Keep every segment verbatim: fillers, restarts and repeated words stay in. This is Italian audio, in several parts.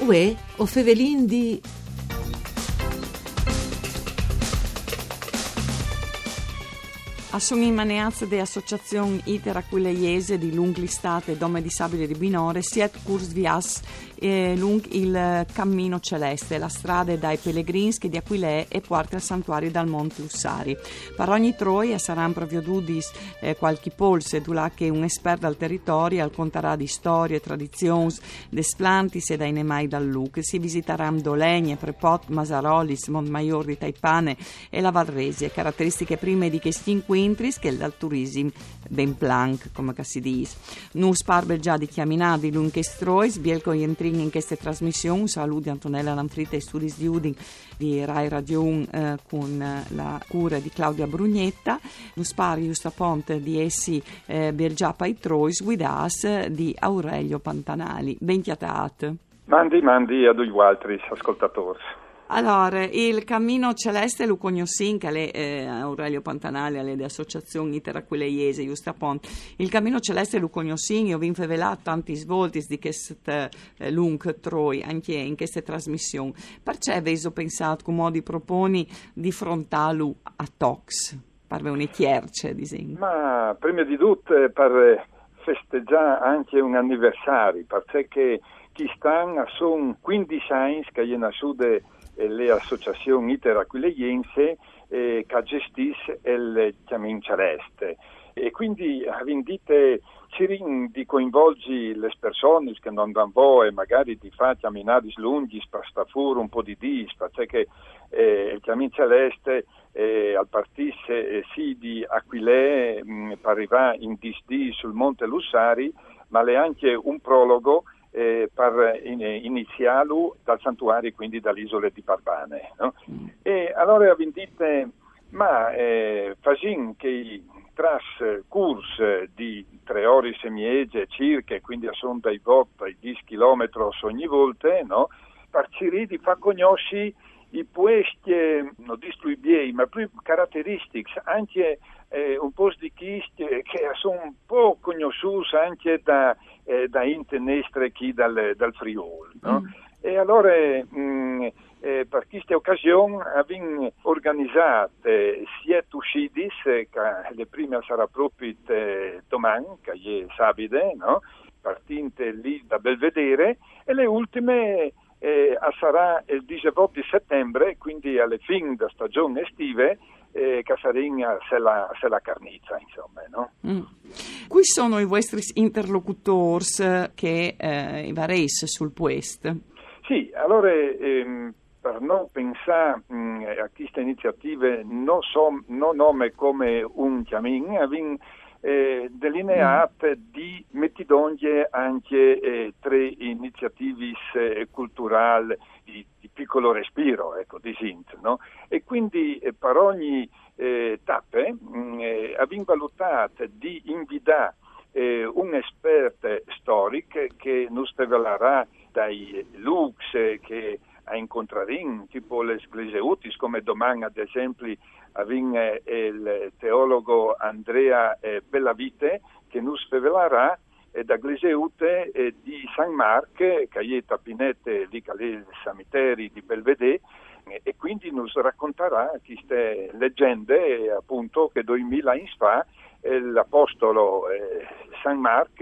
Uè, o fevelin di... A sono in maneazza de associazione iteraquileiese di lung listate Dome disabili di Binore siet curs vias eh, lung il cammino celeste, la strada dai pellegrinski di Aquilee e porta al santuario dal Monte Lussari. Per ogni troia saranno provvedudis eh, qualche polse, dulà che un esperto al territorio racconterà di storie, tradizioni, desplantis e dai nemai dal Luc. Si visiteranno Dolegne, Prepot, Masarolis, Montmaior di Taipane e la Valresie, caratteristiche prime di questi inquintri che è dal turismo ben plank, come si dice. Nus parve già di chiaminare di lunghestrois, bielco entrin in queste trasmissioni, saluti Antonella Lanfrita e Studis di Udin di Rai Radio eh, con la cura di Claudia Brugnetta. Nus pari giusto a ponte di essi eh, Bielgia Paitrois, guidas di Aurelio Pantanali. Ben chiatat. Mandi, mandi a due altri ascoltatori. Allora, il cammino celeste lo conosci, che è eh, Aurelio Pantanali, alle associazioni iteraquileiese, giusto appunto. Il cammino celeste lo conosci, io vi infelate tanti svolti di questo eh, lung troi, anche in queste trasmissioni. Perché avete pensato come di proponi di frontarlo a Tox? Parve un'itierce, disegno. Ma prima di tutto per festeggiare anche un anniversario, perché chi stanno sono quindici anni che è nasciuto le associazioni iteraquileiense eh, che gestisce il Cammin Celeste e quindi invite Cirin di coinvolgi le persone che non danno e magari di fare camminare lunghi per sta fuori un po' di dis perché eh, il Cammin Celeste eh, al partisse eh, sì di Aquilee mh, per arrivare in disdì sul Monte Lussari, ma è anche un prologo Eh, per in, iniziarlo dal santuario, quindi dall'isola di Barbane, no? Mm. E allora vi dite, ma eh, facin che tras curs di tre ore semiege circa, quindi sono dai vot ai dieci chilometri ogni volta, no? Per ciri di fa conosci i puesti, non dico i biei, ma più caratteristiche, anche eh, un po' di chisti che sono un po' conosciuti anche da, eh, da internestre chi dal, dal Friuli, no? Mm. E allora mh, eh, per questa occasione abbiamo organizzato eh, siete uscidis, che le prime sarà proprio eh, domani, che è sabide, no? Partinte lì da Belvedere, e le ultime Eh, sarà il diciotto di settembre, quindi alle fine della stagione estive, eh, che sarà se la, se la carnizza, insomma, no? Mm. Qui sono i vostri interlocutori che eh, vareis sul puest. Sì, allora ehm, per non pensare mh, a queste iniziative non so, non nome come un chiamin, abbiamo Eh, delineate mm. di mettidonje anche eh, tre iniziative eh, culturali di, di piccolo respiro, ecco, di Sint, no? E quindi eh, per ogni eh, tappe mh, eh, abbiamo valutato di invitare eh, un esperto storico che nos svelerà dai lux eh, che a incontrare, tipo le Sgleseutis, come domani ad esempio abbiamo il teologo Andrea Bellavite che nos svelerà da Gleseute eh, di San Marc, che è tapinette lì che è il cimitero di Belvedere, eh, e quindi nos racconterà queste leggende, eh, appunto, che duemila anni fa eh, l'apostolo eh, San Marc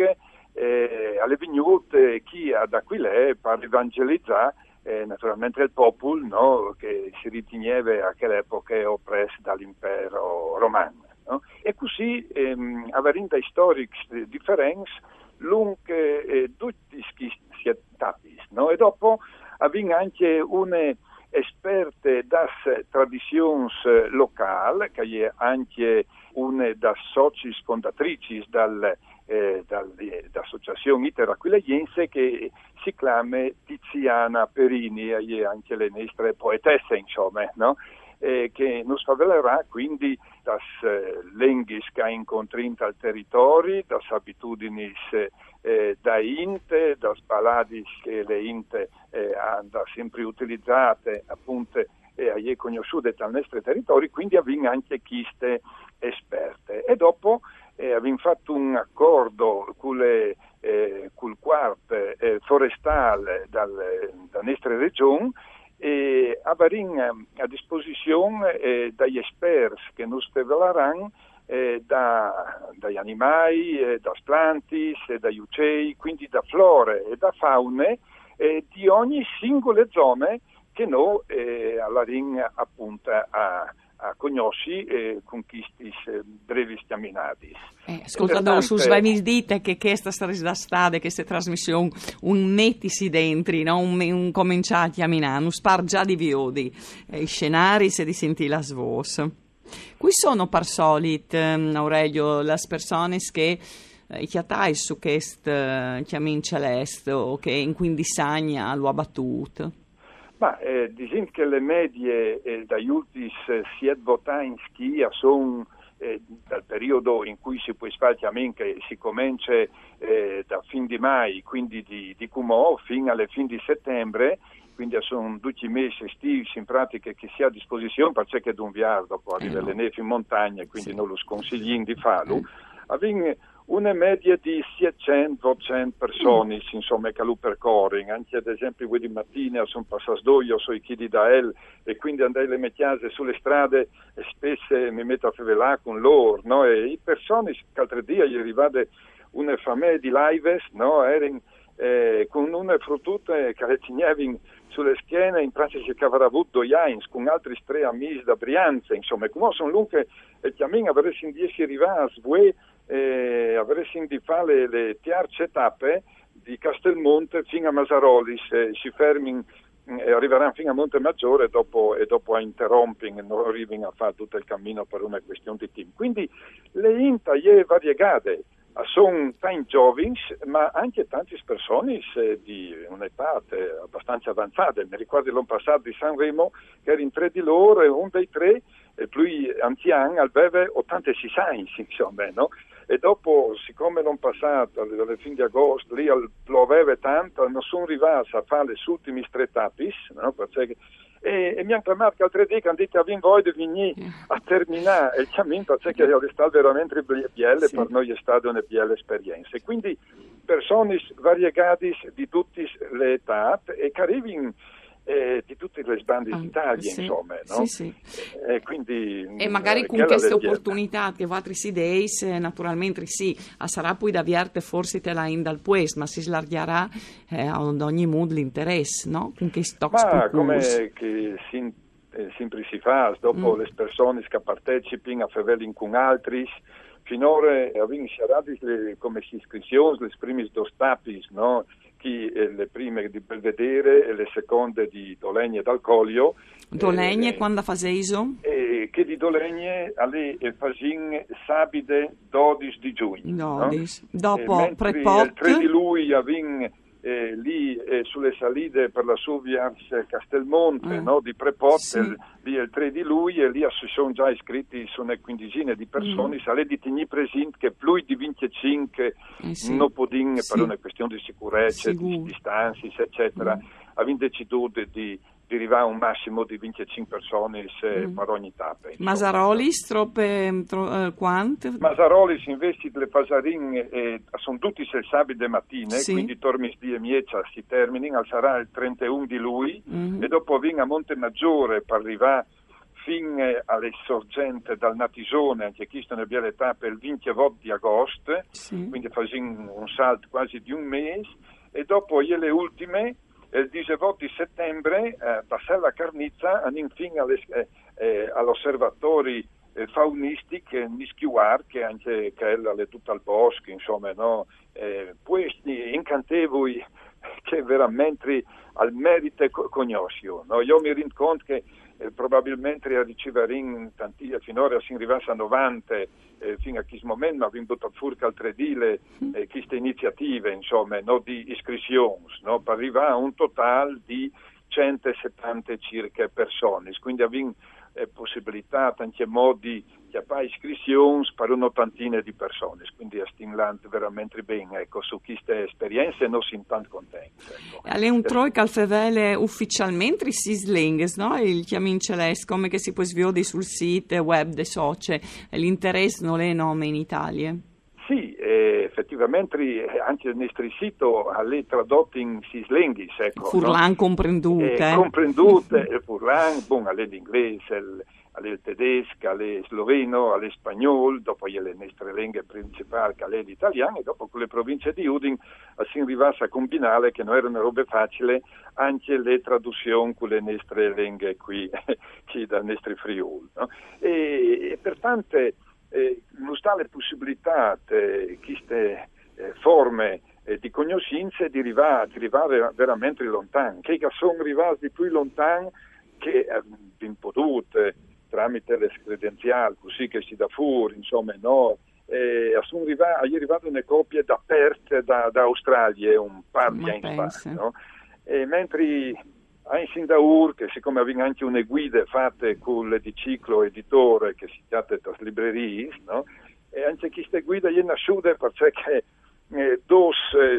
eh, alle venuto eh, chi ad Aquilee per evangelizzare Eh, naturalmente il popolo, no, che si riteneva a quell'epoca oppresso dall'impero romano, no? E così ehm, avendo dei storici differenti lungo eh, tutti questi etappi, no? E dopo abbiamo anche una esperte das tradizioni locali, che è anche una das soci fondatrici dal Eh, dall'associazione iteraquileiense che si chiama Tiziana Perini e anche le nostre poetesse, insomma, no? Eh, che nos favelerà quindi das eh, lenghis che incontrinta al territorio, das abitudini eh, da inte, das baladis che le inte eh, hanno sempre utilizzate appunto e eh, conosciute dal nostro territorio, quindi abbiamo anche queste esperte. E dopo eh, abbiamo fatto un accordo con le eh, col quarto eh, forestale dal, da nostra regione, e avevamo a disposizione eh, dagli esperti che nos riveleranno eh, da, dagli animali, eh, da planti, eh, dagli uccelli, quindi da flore e da faune eh, di ogni singola zona che noi eh, alla ring appunto a a conosci e con questi brevi stiaminati. Eh, ascoltando su Svemil dite che questa sarebbe stata questa trasmissione un mettisi dentro, no? un, un cominciati a Milano, un spar già di viodi, eh, i scenari se di senti la svos. Qui sono per solito, um, Aurelio, le persone che eh, chiatai su questo uh, chiamin celeste o che in quindi sagna lo ha battuto. Ma eh, diciamo che le medie eh, dagli ultimi eh, siete votati in schia sono eh, dal periodo in cui si può fare che si comincia eh, da fin di mai, quindi di, di Cumò, fino alle fin di settembre, quindi sono due mesi estivi in pratica che si ha a disposizione perché è un viaggio dopo arriva eh no. le nevi in montagna, quindi sì. non lo sconsigliamo di farlo. Eh. Avving una media di seicento ottocento persone, mm. insomma, che lo percorrono. Anche ad esempio, quella di mattina sono passati due, io sono i chidi da El, e quindi andai le mettiase sulle strade e spesso mi metto a favelare con loro, no? E i persone, l'altro dia, gli arrivate una famiglia di lives, no? Erano eh, con una fruttute che le tenevano sulle schiene, in pratica che aveva avuto due anni, con altri tre amici da Brianza, insomma, come sono lunghe, e chiamini avresti in dieci arrivati, voi eh, avresti di fare le, le terze tappe di Castelmonte fino a Masarolis, eh, si fermino e arriveranno fino a Montemaggiore e dopo, e dopo a interromping, non arrivano a fare tutto il cammino per una questione di team. Quindi le intaglie variegate sono tanti giovani, ma anche tante persone di un'età abbastanza avanzata. Mi ricordo l'anno passato di Sanremo, che era in tre di loro, e uno dei tre, e più anziano, aveva ottantasei anni, insomma, no? E dopo, siccome l'anno passato, alle fine di agosto, lì pioveva tanto, non sono arrivati a fare le ultime tre tapis, no? Perché E, e mi hanno chiamato che altri dì che hanno detto che abbiamo voglia di venire a terminare il cammino, perché è stato veramente belle, sì. Per noi è stata una bella esperienza. E quindi persone variegate di tutte le età e che arrivano eh, di tutte le bande d'Italia, sì, insomma, no? Sì, sì. E, quindi, e magari con queste opportunità che altri si deis, naturalmente sì, sarà poi da vierte forse te la in dal pues, ma si slargherà eh, ad ogni mood l'interesse, no? Con che stocks ma come che si, eh, sempre si fa, dopo mm. le persone che partecipano a favelin con altri, finora abbiamo sciarati come si iscrizioni, le prime due tapis, no? Chi eh, le prime di Belvedere e le seconde di Dolegne e D'Alcolio. Dolegne eh, quando faseiso? Eh, che di Dolegne alle fasin sabide dodici di giugno. dodici. No? Dopo eh, prepot. Il tre di lui avvin eh, lì eh, sulle salite per la Suvias Castelmonte, eh. no? Di Prepot, sì. il, lì è il tre di lui e lì si sono già iscritti su una quindicina di persone, mm. sale di tenere presente che più di venticinque eh, sì. non possono sì. per una questione di sicurezza, Sigur. di distanze, eccetera, mm. abbiamo deciso di, di arrivare a un massimo di venticinque persone mm. per ogni tappa. Masarolis, troppe, tro, eh, quante? Masarolis invece le Fasarin eh, sono tutti il sabato mattine, sì. quindi tormi di Miecia si terminano, sarà il trentuno di lui mm. e dopo viene a Montemaggiore per arrivare fino alle sorgenti dal Natisone, anche qui sono le tappe il ventotto di agosto, sì. quindi facciamo un salto quasi di un mese e dopo le ultime il diciotto di settembre eh, passare la Carnizza e infine alle, eh, eh, all'osservatori eh, faunistici Mischiuar, che anche che è tutto al bosco, insomma, no? Eh, questi incantevoli che veramente al merito conosco, no? Io mi rendo conto che eh, probabilmente riceveremo tanti, finora si arrivasse a novanta eh, fino a questo momento, ma abbiamo buttato fuori altre dile eh, queste iniziative, insomma, no, di iscrizioni, no, per arrivare a un totale di centosettanta circa persone, quindi abbiamo eh, possibilità, tanti modi di fare iscrizioni per un'ottantina di persone, quindi è stimolante veramente bene, ecco, su queste esperienze non siamo tanto contenti. Ecco. Alle un troica al fevele ufficialmente si slinges, no? Il chiamin celeste, come che si può sviodi sul sito web de socie, l'interesse non è nome in Italia? Sì, eh, E effettivamente anche il nostro sito alle tradotto in sis lingue, ecco, Furlan no? comprendute. Eh, comprendute, il Furlan, bon, alle l'inglese, il, alle il tedesco, alle sloveno, alle spagnolo, dopo le nostre lingue principali, che è l'italiano, e dopo con le province di Udin si arrivasse a combinare, che non era una roba facile, anche le traduzioni con le nostre lingue qui, qui dal nostro Friuli. No? E, e pertanto eh, non sta le possibilità di queste eh, forme eh, di conoscenze di arrivare, di arrivare veramente lontano, che sono arrivati di più lontano che abbiamo potuto tramite le credenziali, così che si dà fuori, insomma, no? E sono arrivate, è arrivata una coppia da Perth, da, da Australia, un par di anni fa, no? E mentre in Sindaur, che siccome avevano anche une guide fatte con l'ediciclo editore che si chiama das librerie, no? E anche queste guide sono nasciute perché eh, due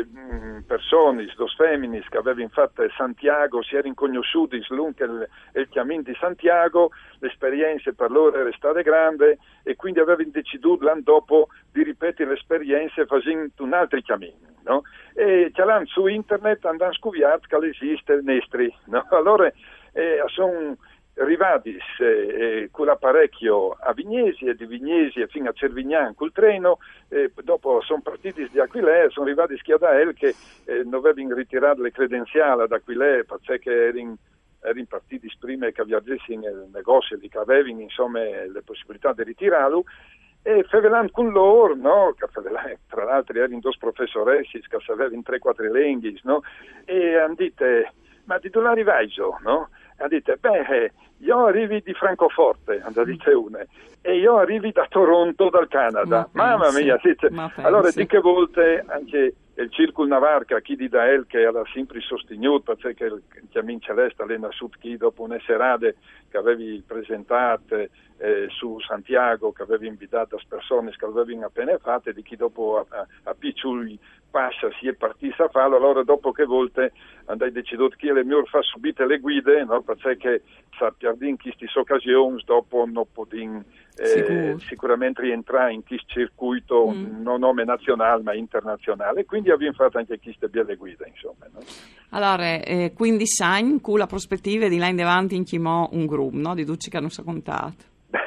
eh, persone, due femmine che avevano fatto Santiago, si erano conosciuti lungo il, il cammino di Santiago, l'esperienza per loro era stata grande e quindi avevano deciso l'anno dopo di ripetere l'esperienza facendo un altro cammino. No? E ce l'hanno su internet, hanno scoperto che esiste il Nestri, no? Allora eh, sono arrivati eh, con l'apparecchio a Vignesi e di Vignesi fino a Cervignan col treno, eh, dopo sono partiti da Aquilea, sono arrivati a Schiadael che eh, non avevano ritirato le credenziali da Aquilea perché erano erano partiti prima che viaggiassi nel negozio di che avevano insomma le possibilità di ritirarlo. E favelan con loro, no? Che favelan, tra l'altro erano due professoressi che sapevano tre quattro lingue, no? E hanno detto, ma di dove arrivai io, no? E hanno detto, beh, io arrivi di Francoforte, hanno detto una, e io arrivi da Toronto, dal Canada. Ma Mamma mia, dice, ma allora di che volte anche il Circolo Navarca, chi di Dael, che era sempre sostenuto, perché il Chiamin Celeste è nasciuto chi dopo una serata che avevi presentato eh, su Santiago, che avevi invitato le persone che avevano appena fatto, di chi dopo a, a, a Picciuli Pascia si è partito a farlo, allora dopo che volte andai deciso che le mie fa subite le guide, no? Perché sappiamo in queste occasioni dopo non potevo eh, sicuramente rientrare in questo circuito mm. non nome nazionale ma internazionale, quindi abbiamo fatto anche queste belle guide, insomma. No? Allora, eh, quindi sai con la prospettiva di là in davanti in chimò un gruppo, no? Di tutti che non si è contato.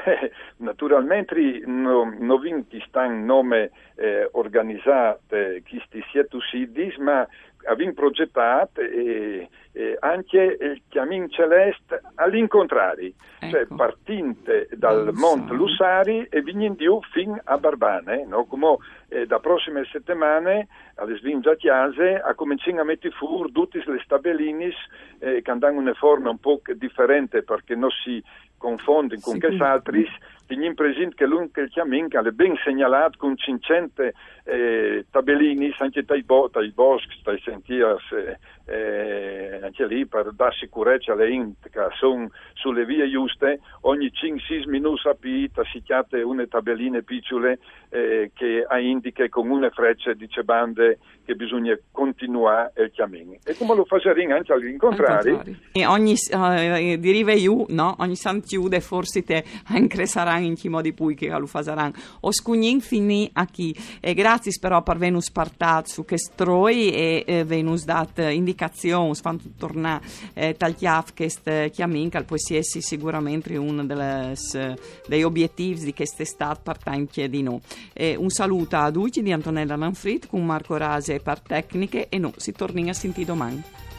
Naturalmente non no vinti stanno nome eh, organizzate questi sietu sidis, ma abbiamo progettato eh, eh, anche il Chiamin Celeste all'incontrario, ecco. Cioè partinte dal Monte Lussari e venendo fin a Barbane, no? Come eh, da prossime settimane alle Svingia Chiase a cominciare a mettere fuori tutte le stabellinis eh, che hanno una forma un po' differente perché non si confondono con che altri. Teniamo presente che lungo il Chiamin è ben segnalato con cinquecento eh, tabellini anche dai bo- boschi, dai sentieri, eh, eh, anche lì per dare sicurezza alle int che sono sulle vie giuste, ogni cinque sei minuti a pita si chiate una tabelline piccole eh, che indica con una freccia dice bande che bisogna continuare il Chiamin. E come lo facciamo anche all'incontrario. E ogni uh, deriva io, no? Ogni santiude forse te anche saranno in chi modi pui che lo faranno. O scugnin fini a chi. E grazie però per venus partat su che stroi e eh, venus dat indicazioni, fanno tornare eh, tagliaf che st Chiamin che poi si essi sicuramente uno degli obiettivi di quest'estate partente di noi. Eh, un saluto a tutti di Antonella Lanfrit con Marco Rase per tecniche e noi si torna a sentire domani.